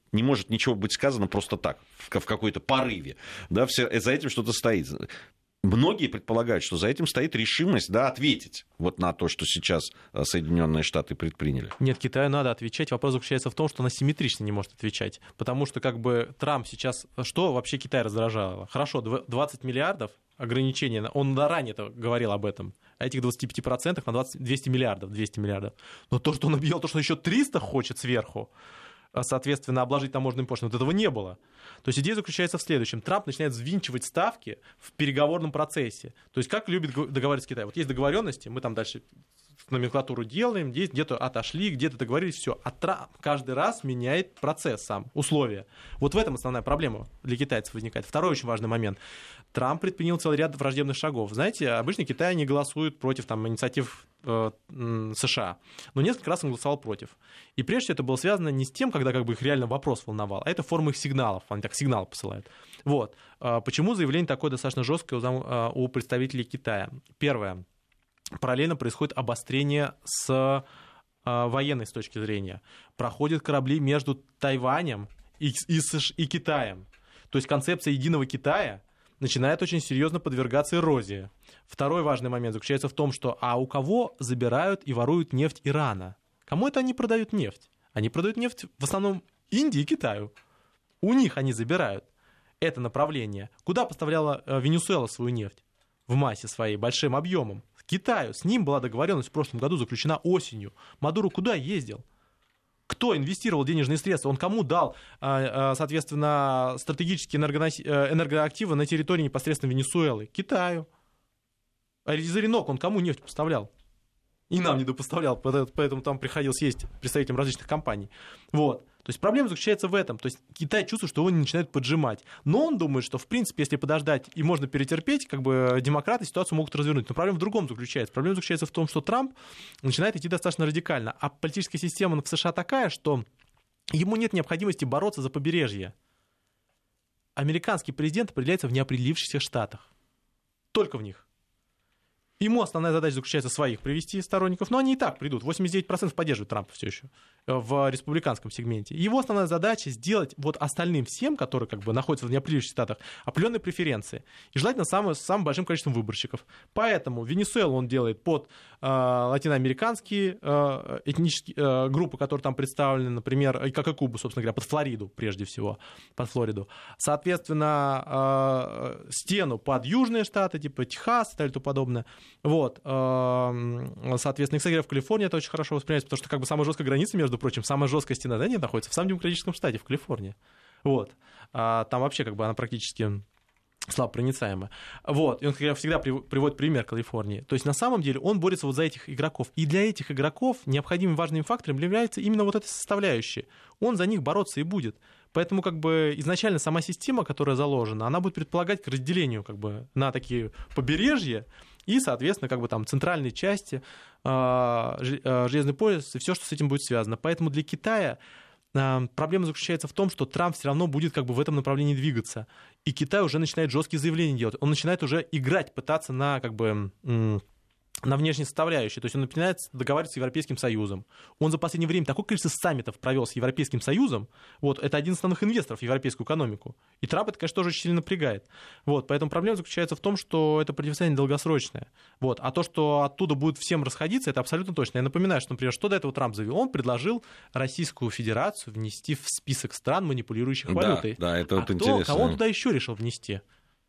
Не может ничего быть сказано просто так, в какой-то порыве. Да, все, за этим что-то стоит. Многие предполагают, что за этим стоит решимость, да, ответить вот на то, что сейчас Соединенные Штаты предприняли. Нет, Китаю надо отвечать. Вопрос заключается в том, что она симметрично не может отвечать. Потому что как бы Трамп сейчас... Что вообще Китай раздражало? Хорошо, двадцать миллиардов ограничения. Он ранее говорил об этом. О этих двадцати пяти процентах на двадцать, двести миллиардов. двести миллиардов. Но то, что он объявил, то, что еще триста хочет сверху, соответственно, обложить таможенным пошлиной, вот этого не было. То есть идея заключается в следующем. Трамп начинает взвинчивать ставки в переговорном процессе. То есть как любит договариваться Китай. Вот есть договоренности, мы там дальше номенклатуру делаем, здесь где-то отошли, где-то договорились, все. А Трамп каждый раз меняет процесс сам, условия. Вот в этом основная проблема для китайцев возникает. Второй очень важный момент. Трамп предпринял целый ряд враждебных шагов. Знаете, обычно Китай не голосует против там, инициатив э, США, но несколько раз он голосовал против. И прежде всего это было связано не с тем, когда как бы, их реально вопрос волновал, а это форма их сигналов. Они так сигнал посылают. Вот. Почему заявление такое достаточно жесткое у, у представителей Китая? Первое. Параллельно происходит обострение с э, военной с точки зрения. Проходят корабли между Тайванем и, и, и Китаем. То есть концепция единого Китая начинает очень серьезно подвергаться эрозии. Второй важный момент заключается в том, что а у кого забирают и воруют нефть Ирана? Кому это они продают нефть? Они продают нефть в основном Индии и Китаю. У них они забирают это направление. Куда поставляла э, Венесуэла свою нефть? В массе своей, большим объемом. Китаю. С ним была договоренность в прошлом году заключена осенью. Мадуро куда ездил? Кто инвестировал денежные средства? Он кому дал, соответственно, стратегические энергоактивы на территории непосредственно Венесуэлы? Китаю. А Резеринок, он кому нефть поставлял? И нам не допоставлял, поэтому там приходилось есть представителям различных компаний. Вот. То есть проблема заключается в этом. То есть Китай чувствует, что его начинает поджимать. Но он думает, что, в принципе, если подождать и можно перетерпеть, как бы демократы ситуацию могут развернуть. Но проблема в другом заключается. Проблема заключается в том, что Трамп начинает идти достаточно радикально. А политическая система в США такая, что ему нет необходимости бороться за побережье. Американский президент определяется в неопределившихся штатах. Только в них. Ему основная задача заключается своих привести сторонников, но они и так придут. восемьдесят девять процентов поддерживают Трампа все еще в республиканском сегменте. Его основная задача сделать вот остальным всем, которые как бы находятся в неопределившихся штатах, определенные преференции. И желательно самым, с самым большим количеством выборщиков. Поэтому Венесуэлу он делает под э, латиноамериканские э, этнические э, группы, которые там представлены, например, и как и Кубу, собственно говоря, под Флориду прежде всего, под Флориду. Соответственно, э, стену под южные штаты, типа Техас и так далее и тому подобное. Вот, соответственно, кстати, в Калифорнии это очень хорошо воспринимается, потому что как бы самая жесткая граница, между прочим, самая жесткая стена, да, не находится в самом демократическом штате, в Калифорнии. Вот, там вообще как бы она практически слабопроницаемая. Вот, и он всегда приводит пример Калифорнии. То есть на самом деле он борется вот за этих игроков. И для этих игроков необходимым важным фактором является именно вот эта составляющая. Он за них бороться и будет. Поэтому как бы изначально сама система, которая заложена, она будет предполагать к разделению как бы на такие побережья и, соответственно, как бы там центральной части, железный пояс и все, что с этим будет связано. Поэтому для Китая проблема заключается в том, что Трамп все равно будет как бы в этом направлении двигаться. И Китай уже начинает жесткие заявления делать. Он начинает уже играть, пытаться на как бы... на внешней составляющей. То есть он начинает договариваться с Европейским Союзом. Он за последнее время такое количество саммитов провел с Европейским Союзом. Вот, это один из основных инвесторов в европейскую экономику. И Трамп это, конечно, тоже очень сильно напрягает. Вот, поэтому проблема заключается в том, что это противостояние долгосрочное. Вот, а то, что оттуда будет всем расходиться, это абсолютно точно. Я напоминаю, что, например, что до этого Трамп заявил? Он предложил Российскую Федерацию внести в список стран, манипулирующих валютой. Да, да, это а вот кто, интересно. Кого он туда еще решил внести?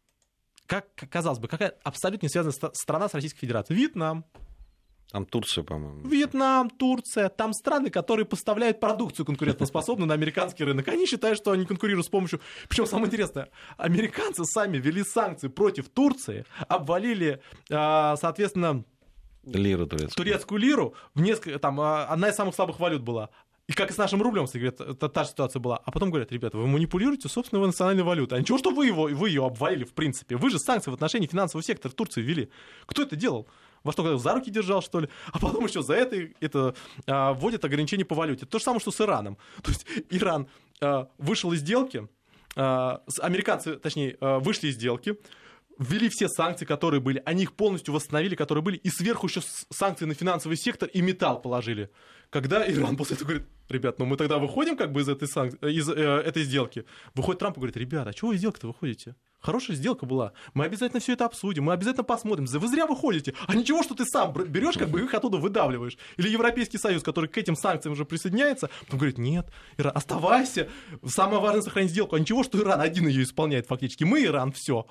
Как казалось бы, какая абсолютно не связанная страна с Российской Федерацией? Вьетнам. Там Турция, по-моему. Вьетнам, Турция. Там страны, которые поставляют продукцию конкурентоспособную на американский рынок. Они считают, что они конкурируют с помощью... Причем самое интересное, американцы сами ввели санкции против Турции, обвалили, соответственно, лиру турецкую. турецкую лиру. В несколько... Там одна из самых слабых валют была. И как и с нашим рублем, говорят, это та же ситуация была. А потом говорят, ребята, вы манипулируете собственной национальной валютой. А ничего, что вы, его, вы ее обвалили, в принципе. Вы же санкции в отношении финансового сектора в Турции ввели. Кто это делал? Во что, за руки держал, что ли? А потом еще за это, это а, вводят ограничения по валюте. То же самое, что с Ираном. То есть Иран а, вышел из сделки, а, американцы, точнее, а, вышли из сделки, ввели все санкции, которые были, они их полностью восстановили, которые были, и сверху еще санкции на финансовый сектор и металл положили. Когда Иран после этого говорит: ребят, ну мы тогда выходим как бы из этой, санк... из, э, этой сделки. Выходит Трамп и говорит: ребята, а чего вы из сделки-то выходите? Хорошая сделка была. Мы обязательно все это обсудим, мы обязательно посмотрим. Вы зря выходите. А ничего, что ты сам берешь, как бы их оттуда выдавливаешь. Или Европейский Союз, который к этим санкциям уже присоединяется, он говорит: нет, Иран, оставайся. Самое важное — сохранить сделку. А ничего, что Иран один ее исполняет фактически. Мы, Иран, все.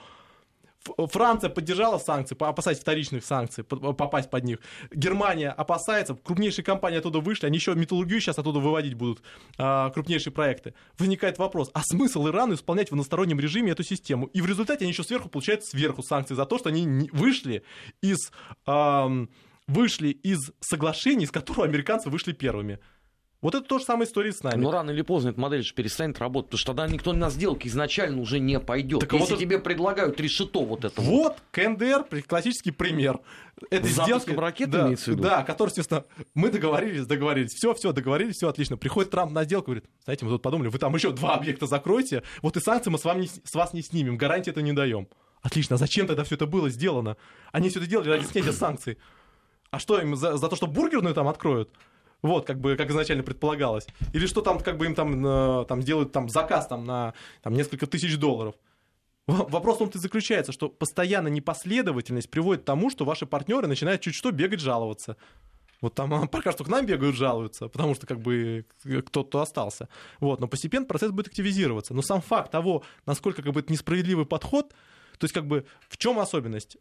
Франция поддержала санкции, опасаясь вторичных санкций, попасть под них. Германия опасается, крупнейшие компании оттуда вышли, они еще металлургию сейчас оттуда выводить будут, крупнейшие проекты. Возникает вопрос: а смысл Ирану исполнять в одностороннем режиме эту систему? И в результате они еще сверху получают сверху санкции за то, что они вышли из, вышли из соглашений, из которого американцы вышли первыми. Вот это тоже самая история с нами. Но рано или поздно эта модель же перестанет работать, потому что тогда никто на сделки изначально уже не пойдет. Так Если вот тебе это... предлагают решето вот это вот. Вот, КНДР, классический пример. Это с запуском ракет, да, имеется в виду? Да, который, естественно, мы договорились, договорились, все, все, договорились, все отлично. Приходит Трамп на сделку, говорит: знаете, мы тут подумали, вы там еще два объекта закроете, вот и санкции мы с, вами, с вас не снимем, гарантии это не даем. Отлично, а зачем тогда все это было сделано? Они все это делали ради снятия санкций. А что, им за, за то, что бургерную там откроют? Вот, как бы, как изначально предполагалось. Или что там, как бы им там, там делают там, заказ там, на там, несколько тысяч долларов. Вопрос в том-то и заключается, что постоянная непоследовательность приводит к тому, что ваши партнеры начинают чуть что бегать, жаловаться. Вот там пока что к нам бегают, жалуются, потому что как бы кто-то остался. Вот, но постепенно процесс будет активизироваться. Но сам факт того, насколько как бы, это несправедливый подход, то есть как бы в чем особенность?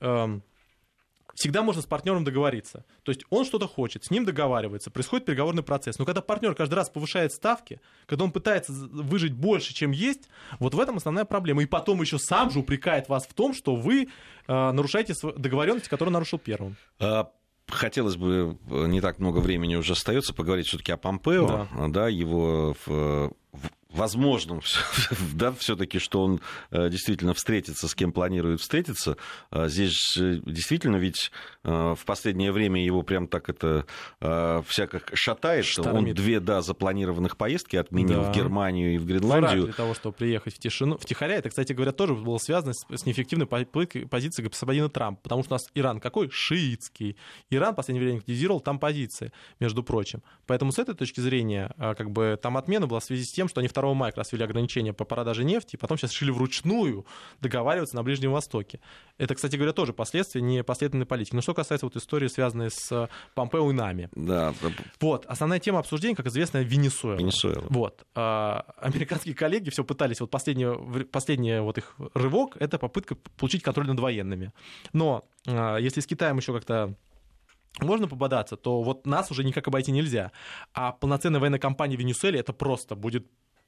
Всегда можно с партнером договориться. То есть он что-то хочет, с ним договаривается, происходит переговорный процесс. Но когда партнер каждый раз повышает ставки, когда он пытается выжить больше, чем есть, вот в этом основная проблема. И потом еще сам же упрекает вас в том, что вы э, нарушаете договоренности, которую нарушил первым. Хотелось бы, не так много времени уже остается, поговорить все-таки о Помпео, да. Да, его в, возможном, да, все-таки, что он действительно встретится, с кем планирует встретиться. Здесь действительно ведь в последнее время его прям так это всяко шатает. Штормит. Он две, да, запланированных поездки отменил, да, в Германию и в Гренландию. Для того, чтобы приехать в тишину, втихаря. Это, кстати говоря, тоже было связано с, с неэффективной позицией господина Трампа. Потому что у нас Иран какой? Шиитский. Иран в последнее время активизировал там позиции, между прочим. Поэтому с этой точки зрения, как бы, там отмена была в связи с тем, что они второго мая как раз ввели ограничения по продаже нефти, и потом сейчас решили вручную договариваться на Ближнем Востоке. Это, кстати говоря, тоже последствия непоследовательной политики. Но что касается вот истории, связанной с Помпео и нами. Да. Вот. Основная тема обсуждения, как известно, Венесуэла. Венесуэла. Вот. А, американские коллеги все пытались, вот последний, последний вот их рывок, это попытка получить контроль над военными. Но а, если с Китаем еще как-то можно пободаться, то вот нас уже никак обойти нельзя. А полноценная военная кампания в Венесуэле — это просто будет...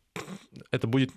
Это будет...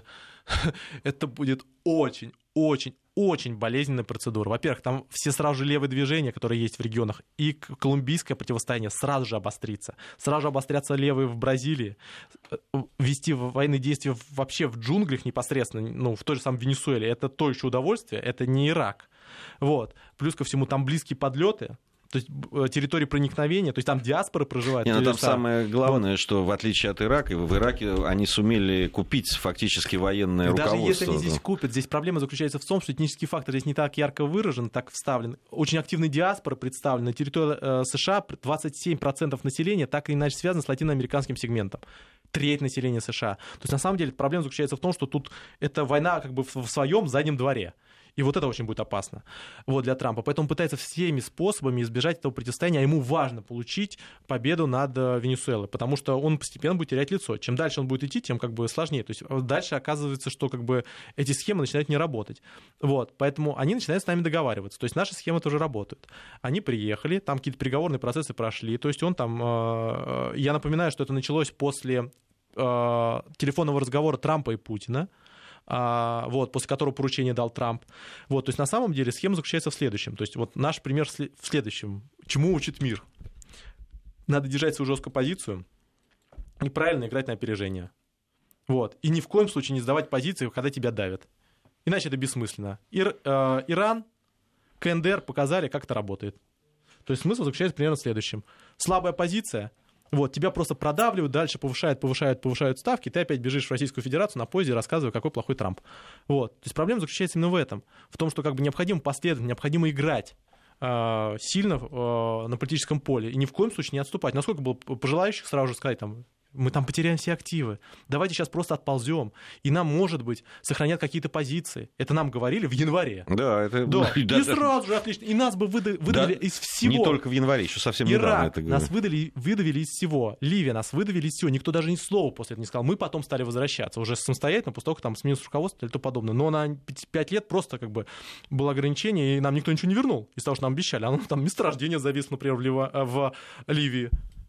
Это будет очень, очень, очень болезненная процедура. Во-первых, там все сразу же левые движения, которые есть в регионах, и колумбийское противостояние сразу же обострится. Сразу же обострятся левые в Бразилии. Вести военные действия вообще в джунглях непосредственно, ну, в той же самой Венесуэле, это то еще удовольствие, это не Ирак. Вот. Плюс ко всему, там близкие подлеты. То есть территории проникновения, то есть там диаспоры проживают. Нет, ну, там самое главное, вот, что в отличие от Ирака, в Ираке они сумели купить фактически военное и руководство. Даже если они здесь купят, здесь проблема заключается в том, что этнический фактор здесь не так ярко выражен, так вставлен. Очень активные диаспоры представлены. На территории э, США двадцать семь процентов населения так или иначе связано с латиноамериканским сегментом. Треть населения США. То есть на самом деле проблема заключается в том, что тут эта война как бы в своем заднем дворе. И вот это очень будет опасно, вот, для Трампа. Поэтому он пытается всеми способами избежать этого противостояния, а ему важно получить победу над Венесуэлой, потому что он постепенно будет терять лицо. Чем дальше он будет идти, тем как бы сложнее. То есть дальше оказывается, что как бы эти схемы начинают не работать. Вот, поэтому они начинают с нами договариваться. То есть наши схемы тоже работают. Они приехали, там какие-то переговорные процессы прошли. То есть он там... Э, я напоминаю, что это началось после э, телефонного разговора Трампа и Путина. А, вот, после которого поручение дал Трамп. Вот, то есть на самом деле схема заключается в следующем. То есть вот наш пример в следующем. Чему учит мир? Надо держать свою жесткую позицию и правильно играть на опережение. Вот. И ни в коем случае не сдавать позиции, когда тебя давят. Иначе это бессмысленно. Ир, э, Иран, КНДР показали, как это работает. То есть смысл заключается примерно в следующем. Слабая позиция, Вот, тебя просто продавливают, дальше повышают, повышают, повышают ставки, ты опять бежишь в Российскую Федерацию на поезде, рассказывая, какой плохой Трамп. Вот. То есть проблема заключается именно в этом, в том, что как бы необходимо последовательно, необходимо играть э, сильно э, на политическом поле и ни в коем случае не отступать. Насколько было пожелающих сразу же сказать, там, мы там потеряем все активы, давайте сейчас просто отползем, и нам, может быть, сохранят какие-то позиции. Это нам говорили в январе. Да, это... Да. И, и сразу же отлично. И нас бы выдали, выдавили да, из всего. Не только в январе, еще совсем недавно Ирак это говорили. нас выдали, выдавили из всего. Ливия нас выдавили из всего. Никто даже ни слова после этого не сказал. Мы потом стали возвращаться. Уже самостоятельно, после того, как там сменилось руководство или то подобное. Но на пять лет просто как бы было ограничение, и нам никто ничего не вернул из того, что нам обещали. Оно там месторождение зависло, например, в, Лива... в Ливии,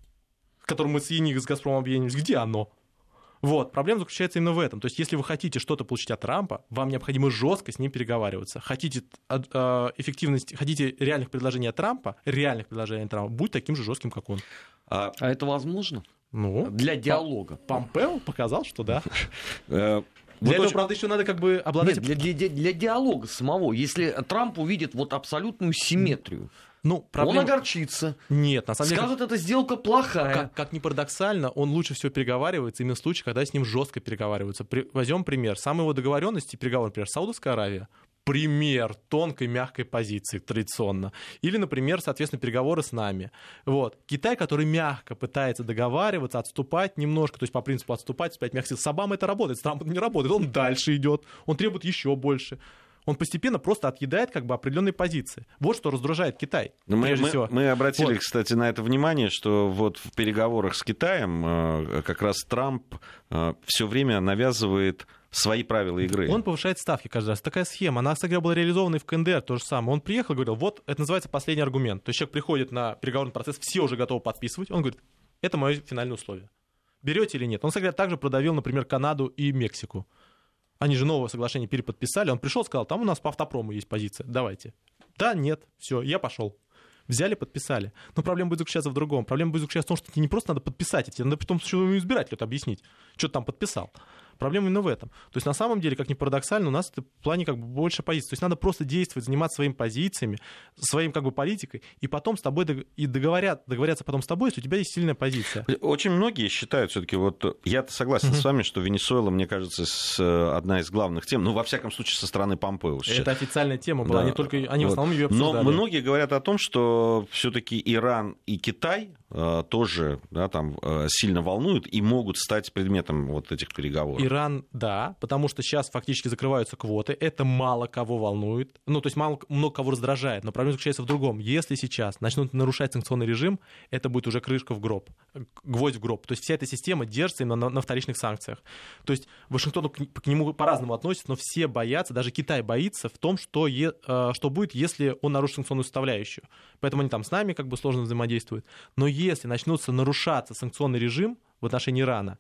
к которому мы с Яник с Газпромом объединились. Где оно? Вот, проблема заключается именно в этом. То есть, если вы хотите что-то получить от Трампа, вам необходимо жестко с ним переговариваться. Хотите э, эффективности, хотите реальных предложений от Трампа, реальных предложений от Трампа, будь таким же жестким, как он. А, а это возможно? Ну, для диалога. Помпео показал, что да. Для вот этого, очень... правда, еще надо как бы обладать... Нет, для, для, для диалога самого. Если Трамп увидит вот абсолютную симметрию, ну, проблема... он огорчится. Нет, на самом деле... Скажет, эта сделка плохая. Как, как ни парадоксально, он лучше всего переговаривается именно в случае, когда с ним жестко переговариваются. При... Возьмем пример. Самые его договоренности, переговоры, например, Саудовская Аравия. Пример тонкой, мягкой позиции традиционно. Или, например, соответственно, переговоры с нами. Вот. Китай, который мягко пытается договариваться, отступать немножко, то есть по принципу отступать, спять мягко. С Обамой это работает, с Трампом не работает. Он дальше идет, он требует еще больше. Он постепенно просто отъедает как бы определенные позиции. Вот что раздражает Китай. Мы, мы, всего. мы обратили, вот. кстати, на это внимание, что вот в переговорах с Китаем как раз Трамп все время навязывает свои правила игры. Он повышает ставки каждый раз. Такая схема. Она, кстати, была реализована и в ка эн дэ эр, то же самое. Он приехал и говорил, вот это называется последний аргумент. То есть человек приходит на переговорный процесс, все уже готовы подписывать. Он говорит, это мое финальное условие. Берете или нет? Он, кстати говоря, также продавил, например, Канаду и Мексику. Они же новое соглашение переподписали. Он пришел, сказал, там у нас по автопрому есть позиция, давайте. Да, нет, все, я пошел. Взяли, подписали. Но проблема будет заключаться в другом. Проблема будет заключаться в том, что тебе не просто надо подписать, тебе надо потом избирателю это объяснить, что ты там подписал. Проблема именно в этом. То есть на самом деле, как ни парадоксально, у нас в плане как бы больше позиций. То есть надо просто действовать, заниматься своими позициями, своим как бы политикой, и потом с тобой дог... и договорят, договорятся потом с тобой, если у тебя есть сильная позиция. Очень многие считают все-таки, вот я согласен mm-hmm. с вами, что Венесуэла, мне кажется, с, одна из главных тем, ну, во всяком случае, со стороны Помпео. Это официальная тема была, да. они, только, они вот. в основном ее обсуждали. Но многие говорят о том, что все-таки Иран и Китай э, тоже да, там, э, сильно волнуют и могут стать предметом вот этих переговоров. Иран, да. Потому что сейчас фактически закрываются квоты, это мало кого волнует, ну, то есть мало, много кого раздражает, но проблема заключается в другом. Если сейчас начнут нарушать санкционный режим, это будет уже крышка в гроб, гвоздь в гроб. То есть вся эта система держится именно на, на вторичных санкциях. То есть Вашингтон к, к нему по-разному относится, но все боятся, даже Китай боится в том, что, е, что будет, если он нарушит санкционную составляющую. Поэтому они там с нами как бы сложно взаимодействуют. Но если начнется нарушаться санкционный режим в отношении Ирана,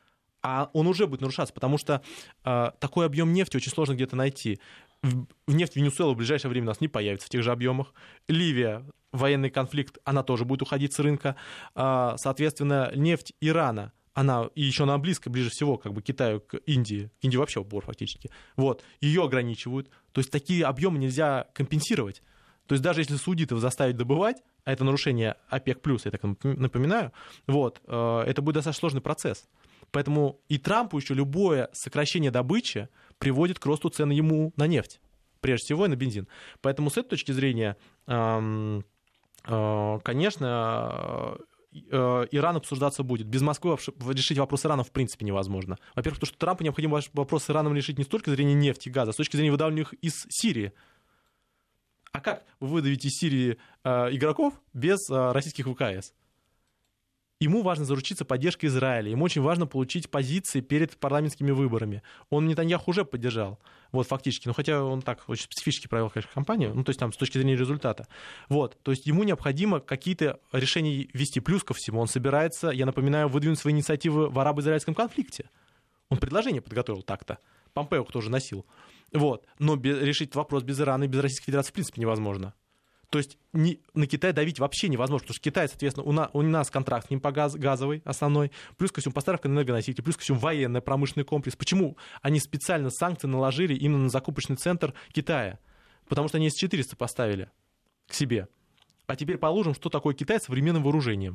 а он уже будет нарушаться, потому что э, такой объем нефти очень сложно где-то найти. В, в нефть Венесуэлы в ближайшее время у нас не появится в тех же объемах. Ливия, военный конфликт, она тоже будет уходить с рынка. Э, соответственно, нефть Ирана, она и еще она близко, ближе всего как бы к Китаю, к Индии, к Индии вообще упор фактически. Вот, ее ограничивают. То есть такие объемы нельзя компенсировать. То есть даже если саудитов заставить добывать, а это нарушение ОПЕК+, я так напоминаю, вот, э, это будет достаточно сложный процесс. Поэтому и Трампу еще любое сокращение добычи приводит к росту цен ему на нефть, прежде всего и на бензин. Поэтому с этой точки зрения, конечно, Иран обсуждаться будет. Без Москвы решить вопрос Ирана в принципе невозможно. Во-первых, потому что Трампу необходимо вопрос с Ираном решить не с точки зрения нефти и газа, а с точки зрения выдавливания их из Сирии. А как вы выдавите из Сирии игроков без российских вэ ка эс? Ему важно заручиться поддержкой Израиля, ему очень важно получить позиции перед парламентскими выборами. Он Нетаньяху уже поддержал, вот фактически, ну хотя он так очень специфически провел, конечно, кампанию, ну то есть там с точки зрения результата. Вот, то есть ему необходимо какие-то решения ввести. Плюс ко всему он собирается, я напоминаю, выдвинуть свои инициативы в арабо-израильском конфликте. Он предложение подготовил так-то, Помпео тоже носил. Вот, но без, решить вопрос без Ирана и без Российской Федерации в принципе невозможно. То есть не, на Китай давить вообще невозможно, потому что Китай, соответственно, у, на, у нас контракт с ним по газ, газовый основной, плюс ко всему поставка на энергоносители, плюс ко всему военный промышленный комплекс. Почему они специально санкции наложили именно на закупочный центр Китая? Потому что они эс четыреста поставили к себе. А теперь положим, что такое Китай с современным вооружением.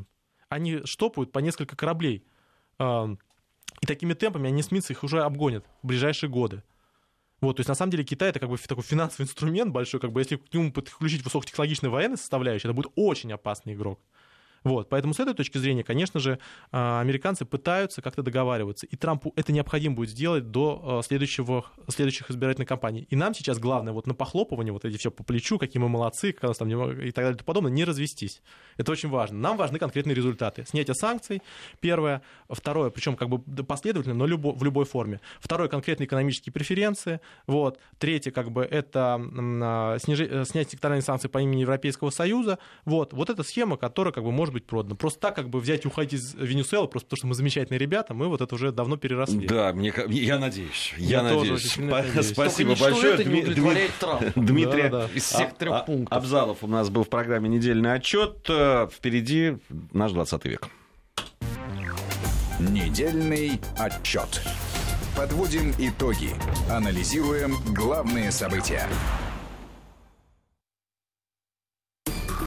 они штопают по несколько кораблей. И такими темпами они с МИЦ их уже обгонят в ближайшие годы. Вот, то есть, на самом деле, Китай — это как бы такой финансовый инструмент большой, как бы, если к нему подключить высокотехнологичную военную составляющую, это будет очень опасный игрок. Вот, поэтому с этой точки зрения, конечно же, американцы пытаются как-то договариваться, и Трампу это необходимо будет сделать до следующего, следующих избирательных кампаний. И нам сейчас главное вот на похлопывание, вот эти все по плечу, какие мы молодцы, как нас там, и так далее и тому подобное, не развестись. Это очень важно. Нам важны конкретные результаты. Снятие санкций, первое. Второе, причем как бы последовательно, но любо, в любой форме. Второе, конкретные экономические преференции. Вот. Третье, как бы, это снижение, снятие секторальных санкций по имени Европейского Союза. Вот. Вот эта схема, которая как бы может быть продано. Просто так, как бы взять и уходить из Венесуэлы, просто потому что мы замечательные ребята, мы вот это уже давно переросли. Да, мне, я надеюсь. Я, я надеюсь. надеюсь. Спасибо большое. Это не удовлетворяет Трамп. Дмитрий да, да. Из всех трех а, пунктов. Абзалов у нас был в программе «Недельный отчет». Впереди наш двадцатый век. Недельный отчет. Подводим итоги. Анализируем главные события.